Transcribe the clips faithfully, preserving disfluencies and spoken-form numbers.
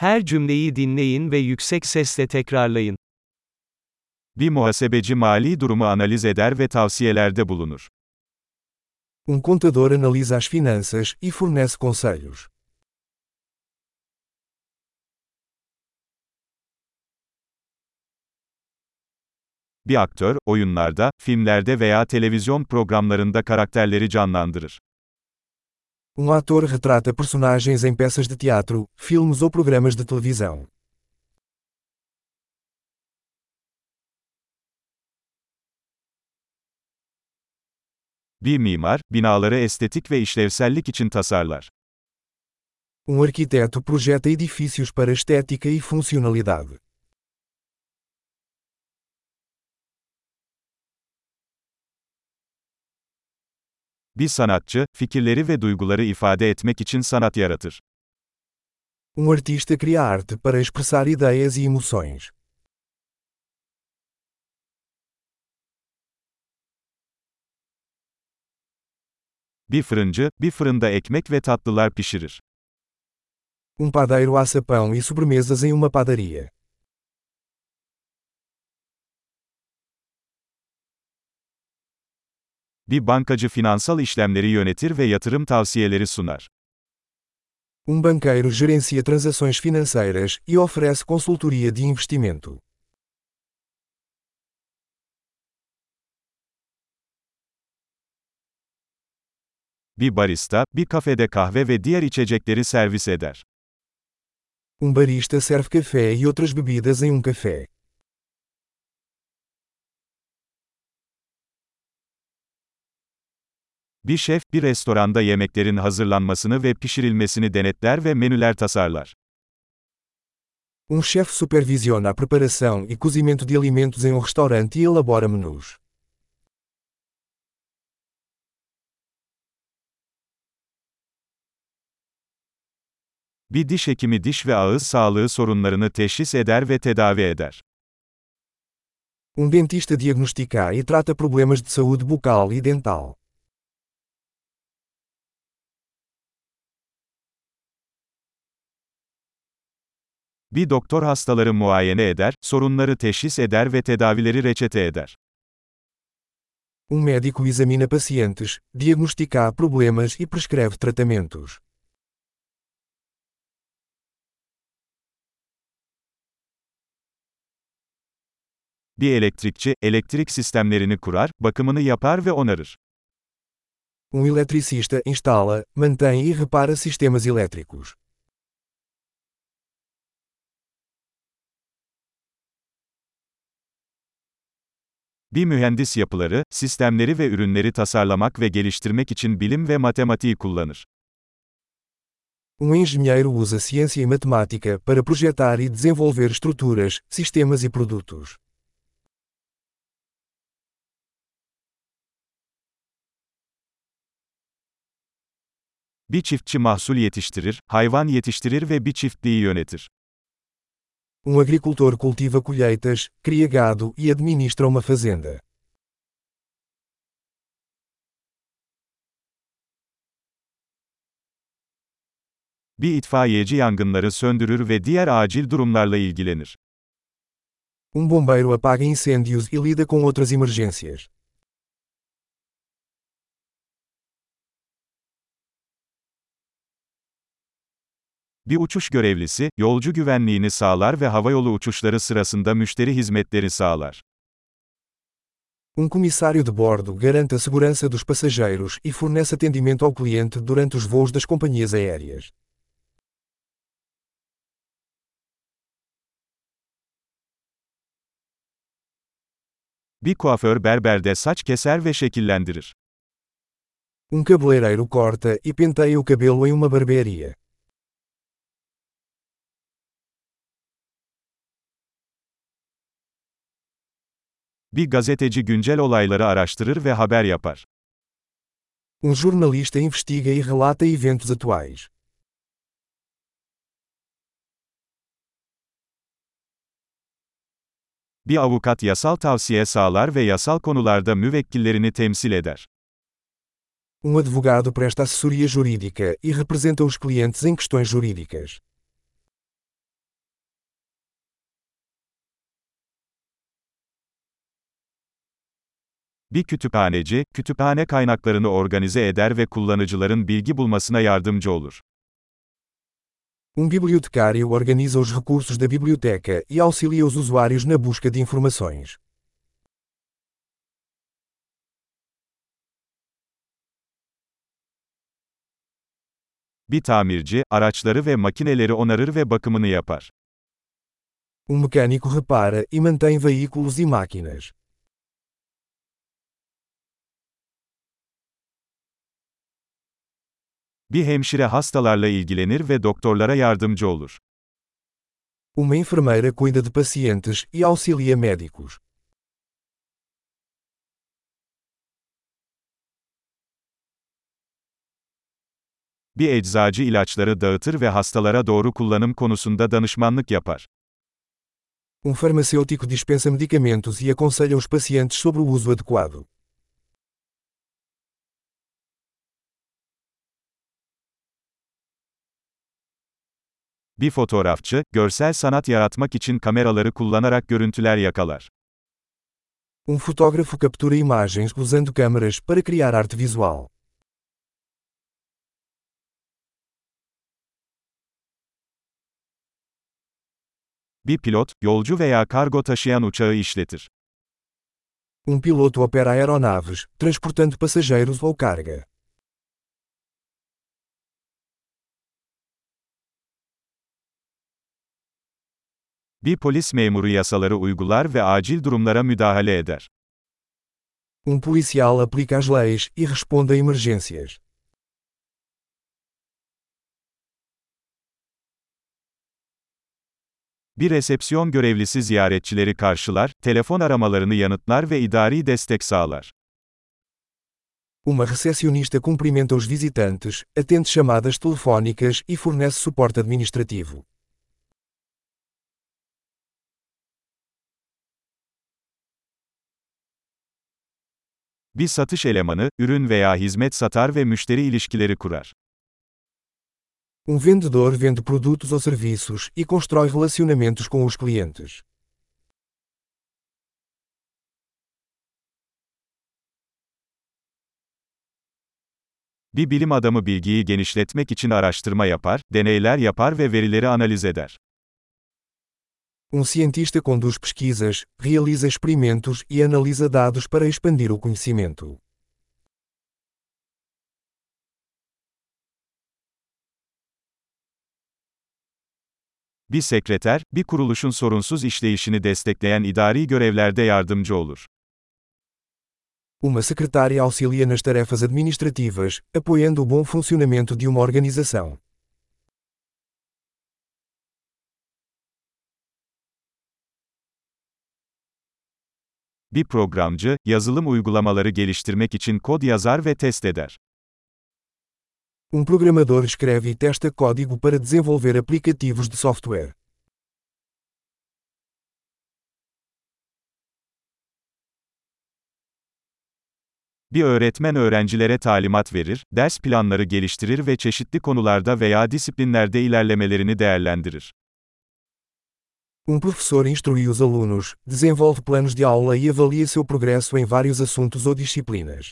Her cümleyi dinleyin ve yüksek sesle tekrarlayın. Bir muhasebeci mali durumu analiz eder ve tavsiyelerde bulunur. Um contador analisa as finanças e fornece conselhos. Bir aktör, oyunlarda, filmlerde veya televizyon programlarında karakterleri canlandırır. Um ator retrata personagens em peças de teatro, filmes ou programas de televisão. Bir mimar, binaları estetik ve işlevsellik için tasarlar. Um arquiteto projeta edifícios para estética e funcionalidade. Bir sanatçı, fikirleri ve duyguları ifade etmek için sanat yaratır. Um artista cria arte para expressar ideias e emoções. Bir fırıncı, bir fırında ekmek ve tatlılar pişirir. Um padeiro assa pão e sobremesas em uma padaria. Bir bankacı finansal işlemleri yönetir ve yatırım tavsiyeleri sunar. Um banqueiro gerencia transações financeiras e oferece consultoria de investimento. Bir barista, bir kafede kahve ve diğer içecekleri servis eder. Um barista serve café e outras bebidas em um café. Bir şef, bir restoranda yemeklerin hazırlanmasını ve pişirilmesini denetler ve menüler tasarlar. Um chefe supervisiona a preparação e cozimento de alimentos em um restaurante e elabora menus. Bir diş hekimi diş ve ağız sağlığı sorunlarını teşhis eder ve tedavi eder. Um dentista diagnostica e trata problemas de saúde bucal e dental. Bir doktor hastaları muayene eder, sorunları teşhis eder ve tedavileri reçete eder. Um médico examina pacientes, diagnostica problemas e prescreve tratamentos. Bir elektrikçi, elektrik sistemlerini kurar, bakımını yapar ve onarır. Um eletricista instala, mantém e repara sistemas elétricos. Bir mühendis yapıları, sistemleri ve ürünleri tasarlamak ve geliştirmek için bilim ve matematiği kullanır. Um engenheiro usa ciência e matemática para projetar e desenvolver estruturas, sistemas e produtos. Bir çiftçi mahsul yetiştirir, hayvan yetiştirir ve bir çiftliği yönetir. Um agricultor cultiva colheitas, cria gado e administra uma fazenda. Bir itfaiyeci yangınları söndürür ve diğer acil durumlarla ilgilenir. Um bombeiro apaga incêndios e lida com outras emergências. Bir uçuş görevlisi, yolcu güvenliğini sağlar ve havayolu uçuşları sırasında müşteri hizmetleri sağlar. Um comissário de bordo garante a segurança dos passageiros e fornece atendimento ao cliente durante os voos das companhias aéreas. Bir kuaför berberde saç keser ve şekillendirir. Um cabeleireiro corta e penteia o cabelo em uma barbearia. Bir gazeteci güncel olayları araştırır ve haber yapar. Um jornalista investiga e relata eventos atuais. Bir avukat yasal tavsiye sağlar ve yasal konularda müvekkillerini temsil eder. Um advogado presta assessoria jurídica e representa os clientes em questões jurídicas. Bir kütüphaneci, kütüphane kaynaklarını organize eder ve kullanıcıların bilgi bulmasına yardımcı olur. Um bibliotecário organiza os recursos da biblioteca e auxilia os usuários na busca de informações. Bir tamirci, araçları ve makineleri onarır ve bakımını yapar. Um mecânico repara e mantém veículos e máquinas. Bir hemşire hastalarla ilgilenir ve doktorlara yardımcı olur. Uma enfermeira cuida de pacientes e auxilia médicos. Bir eczacı ilaçları dağıtır ve hastalara doğru kullanım konusunda danışmanlık yapar. Um farmacêutico dispensa medicamentos e aconselha os pacientes sobre o uso adequado. Bir fotoğrafçı, görsel sanat yaratmak için kameraları kullanarak görüntüler yakalar. Um fotógrafo captura imagens usando câmeras para criar arte visual. Bir pilot, yolcu veya kargo taşıyan uçağı işletir. Um piloto opera aeronaves, transportando passageiros ou carga. Bir polis memuru yasaları uygular ve acil durumlara müdahale eder. Um policial aplica as leis e responde a emergências. Bir resepsiyon görevlisi ziyaretçileri karşılar, telefon aramalarını yanıtlar ve idari destek sağlar. Uma recepcionista cumprimenta os visitantes, atende chamadas telefónicas e fornece suporte administrativo. Bir satış elemanı, ürün veya hizmet satar ve müşteri ilişkileri kurar. Um vendedor vende produtos ou serviços e constrói relacionamentos com os clientes. Bir bilim adamı bilgiyi genişletmek için araştırma yapar, deneyler yapar ve verileri analiz eder. Um cientista conduz pesquisas, realiza experimentos e analisa dados para expandir o conhecimento. Bir sekreter, bir kuruluşun sorunsuz işleyişini destekleyen idari görevlerde yardımcı olur. Uma secretária auxilia nas tarefas administrativas, apoiando o bom funcionamento de uma organização. Bir programcı, yazılım uygulamaları geliştirmek için kod yazar ve test eder. Um programador escreve e testa código para desenvolver aplicativos de software. Bir öğretmen öğrencilere talimat verir, ders planları geliştirir ve çeşitli konularda veya disiplinlerde ilerlemelerini değerlendirir. Um professor instrui os alunos, desenvolve planos de aula e avalia seu progresso em vários assuntos ou disciplinas.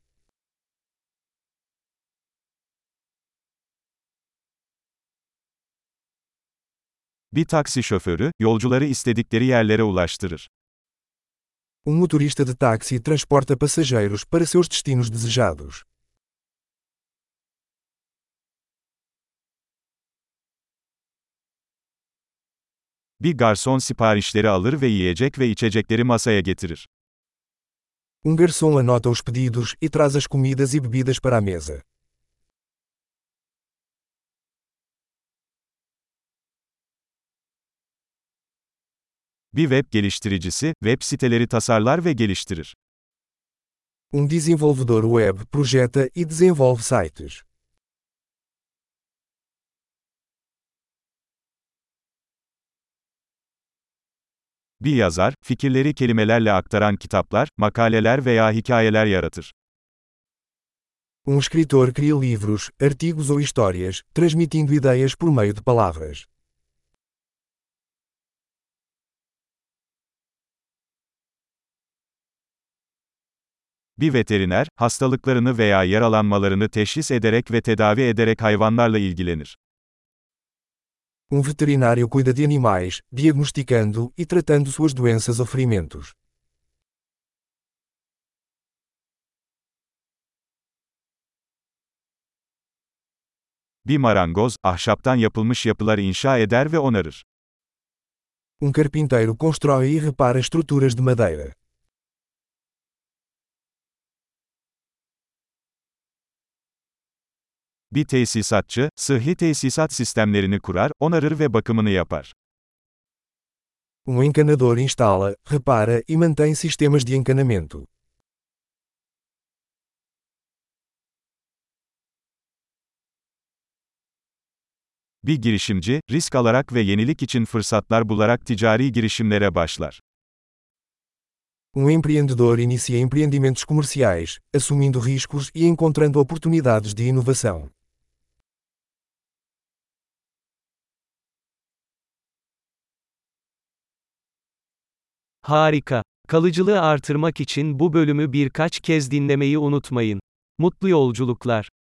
Bir taksi şoförü, yolcuları istedikleri yerlere ulaştırır. Um motorista de táxi transporta passageiros para seus destinos desejados. Bir garson siparişleri alır ve yiyecek ve içecekleri masaya getirir. Um garçom anota os pedidos e traz as comidas e bebidas para a mesa. Bir web geliştiricisi, web siteleri tasarlar ve geliştirir. Um desenvolvedor web projeta e desenvolve sites. Bir yazar, fikirleri kelimelerle aktaran kitaplar, makaleler veya hikayeler yaratır. Um escritor cria livros, artigos ou histórias, transmitindo ideias por meio de palavras. Bir veteriner, hastalıklarını veya yaralanmalarını teşhis ederek ve tedavi ederek hayvanlarla ilgilenir. Um veterinário cuida de animais, diagnosticando e tratando suas doenças ou ferimentos. Bir marangoz, ahşaptan yapılmış yapılar inşa eder ve onarır. Um carpinteiro constrói e repara estruturas de madeira. Bir tesisatçı, sıhhi tesisat sistemlerini kurar, onarır ve bakımını yapar. Um encanador instala, repara e mantém sistemas de encanamento. Bir girişimci, risk alarak ve yenilik için fırsatlar bularak ticari girişimlere başlar. Um empreendedor inicia empreendimentos comerciais, assumindo riscos e encontrando oportunidades de inovação. Harika. Kalıcılığı artırmak için bu bölümü birkaç kez dinlemeyi unutmayın. Mutlu yolculuklar.